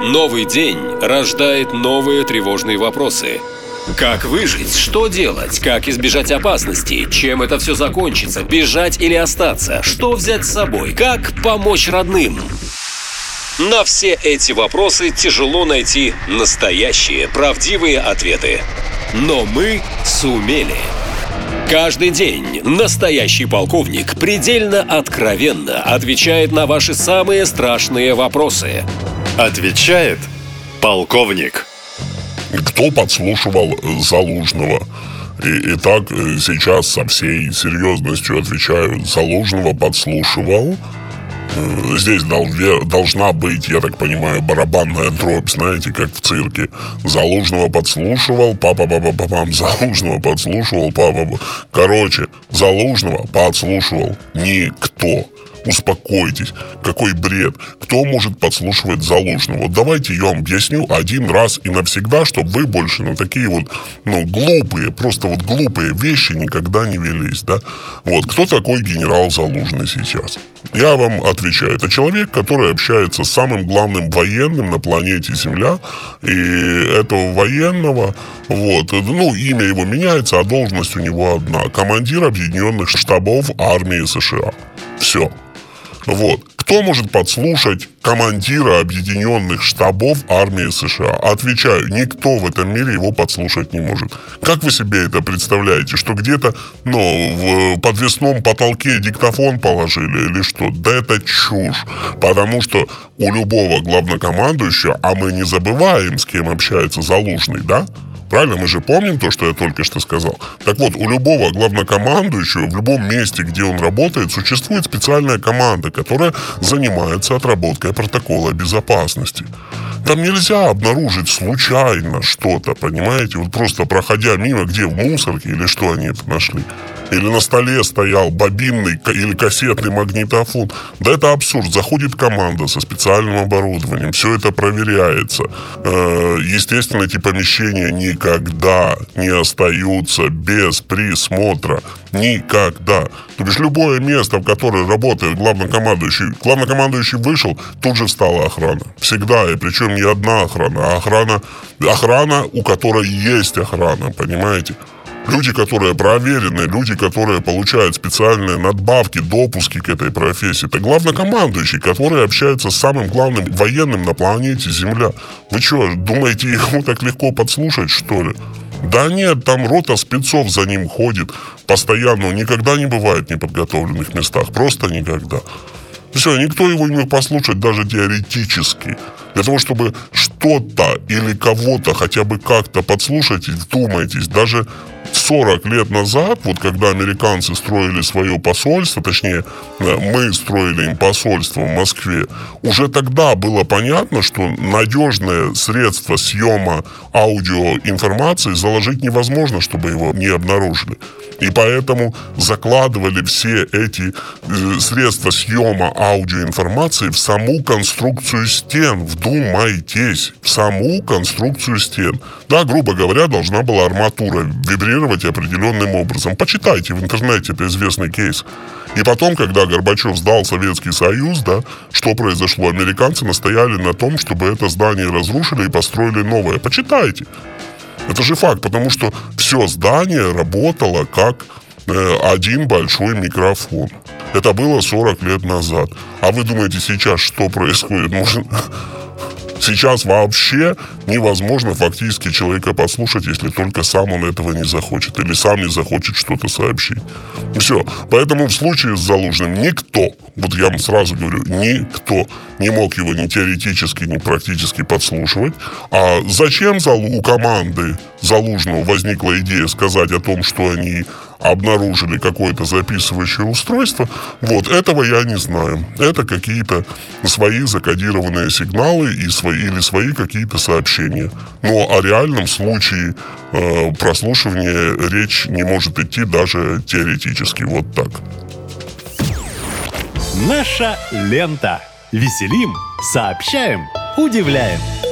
Новый день рождает новые тревожные вопросы. Как выжить? Что делать? Как избежать опасности? Чем это все закончится? Бежать или остаться? Что взять с собой? Как помочь родным? На все эти вопросы тяжело найти настоящие, правдивые ответы. Но мы сумели. Каждый день настоящий полковник предельно откровенно отвечает на ваши самые страшные вопросы. Отвечает полковник. Кто подслушивал Залужного? Итак, сейчас со всей серьезностью отвечаю. Залужного подслушивал. Здесь должна быть, я так понимаю, барабанная дробь, знаете, как в цирке. Залужного подслушивал, папа-папа-папам, Залужного подслушивал, папа. Короче, Залужного подслушивал никто. Успокойтесь, какой бред. Кто может подслушивать Залужного? Вот давайте я вам объясню один раз и навсегда, чтобы вы больше на такие вот, глупые, просто вот глупые вещи никогда не велись, да? Вот, кто такой генерал Залужный сейчас? Я вам отвечаю, это человек, который общается с самым главным военным на планете Земля, и этого военного, имя его меняется, а должность у него одна. Командир Объединенных штабов армии США. Все. Кто может подслушать командира Объединенных штабов армии США? Отвечаю, никто в этом мире его подслушать не может. Как вы себе это представляете? Что где-то, в подвесном потолке диктофон положили или что? Да это чушь. Потому что у любого главнокомандующего, а мы не забываем, с кем общается Залужный, да? Правильно, мы же помним то, что я только что сказал. Так вот, у любого главнокомандующего в любом месте, где он работает, существует специальная команда, которая занимается отработкой протокола безопасности. Там нельзя обнаружить случайно что-то, понимаете? Просто проходя мимо, где в мусорке или что они это нашли. Или на столе стоял бобинный или кассетный магнитофон. Да это абсурд. Заходит команда со специальным оборудованием. Все это проверяется. Естественно, эти помещения никогда не остаются без присмотра. Никогда. То бишь любое место, в которое работает главнокомандующий вышел, тут же встала охрана. Всегда. И причем не одна охрана, а охрана, у которой есть охрана. Понимаете? Люди, которые проверены, люди, которые получают специальные надбавки, допуски к этой профессии. Это главнокомандующий, который общается с самым главным военным на планете Земля. Вы что, думаете, ему так легко подслушать, что ли? Да нет, там рота спецов за ним ходит постоянно. Он никогда не бывает в неподготовленных местах. Просто никогда. Все, никто его не мог послушать даже теоретически. Для того, чтобы что-то или кого-то хотя бы как-то подслушать, вдумайтесь, даже 40 лет назад, когда американцы строили свое посольство, точнее, мы строили им посольство в Москве, уже тогда было понятно, что надежное средство съема аудиоинформации заложить невозможно, чтобы его не обнаружили. И поэтому закладывали все эти средства съема аудиоинформации в саму конструкцию стен. Вдумайтесь, в саму конструкцию стен. Да, грубо говоря, должна была арматура вибрировать определенным образом. Почитайте в интернете, это известный кейс. И потом, когда Горбачев сдал Советский Союз, да, что произошло? Американцы настояли на том, чтобы это здание разрушили и построили новое. Почитайте. Это же факт, потому что все здание работало как один большой микрофон. Это было 40 лет назад. А вы думаете, сейчас что происходит? Сейчас вообще невозможно фактически человека послушать, если только сам он этого не захочет. Или сам не захочет что-то сообщить. Все. Поэтому в случае с Залужным никто, я вам сразу говорю, никто не мог его ни теоретически, ни практически подслушивать. А зачем у команды Залужного возникла идея сказать о том, что они обнаружили какое-то записывающее устройство, этого я не знаю. Это какие-то свои закодированные сигналы или свои какие-то сообщения. Но о реальном случае прослушивания речь не может идти даже теоретически. Вот так. Наша лента. Веселим, сообщаем, удивляем.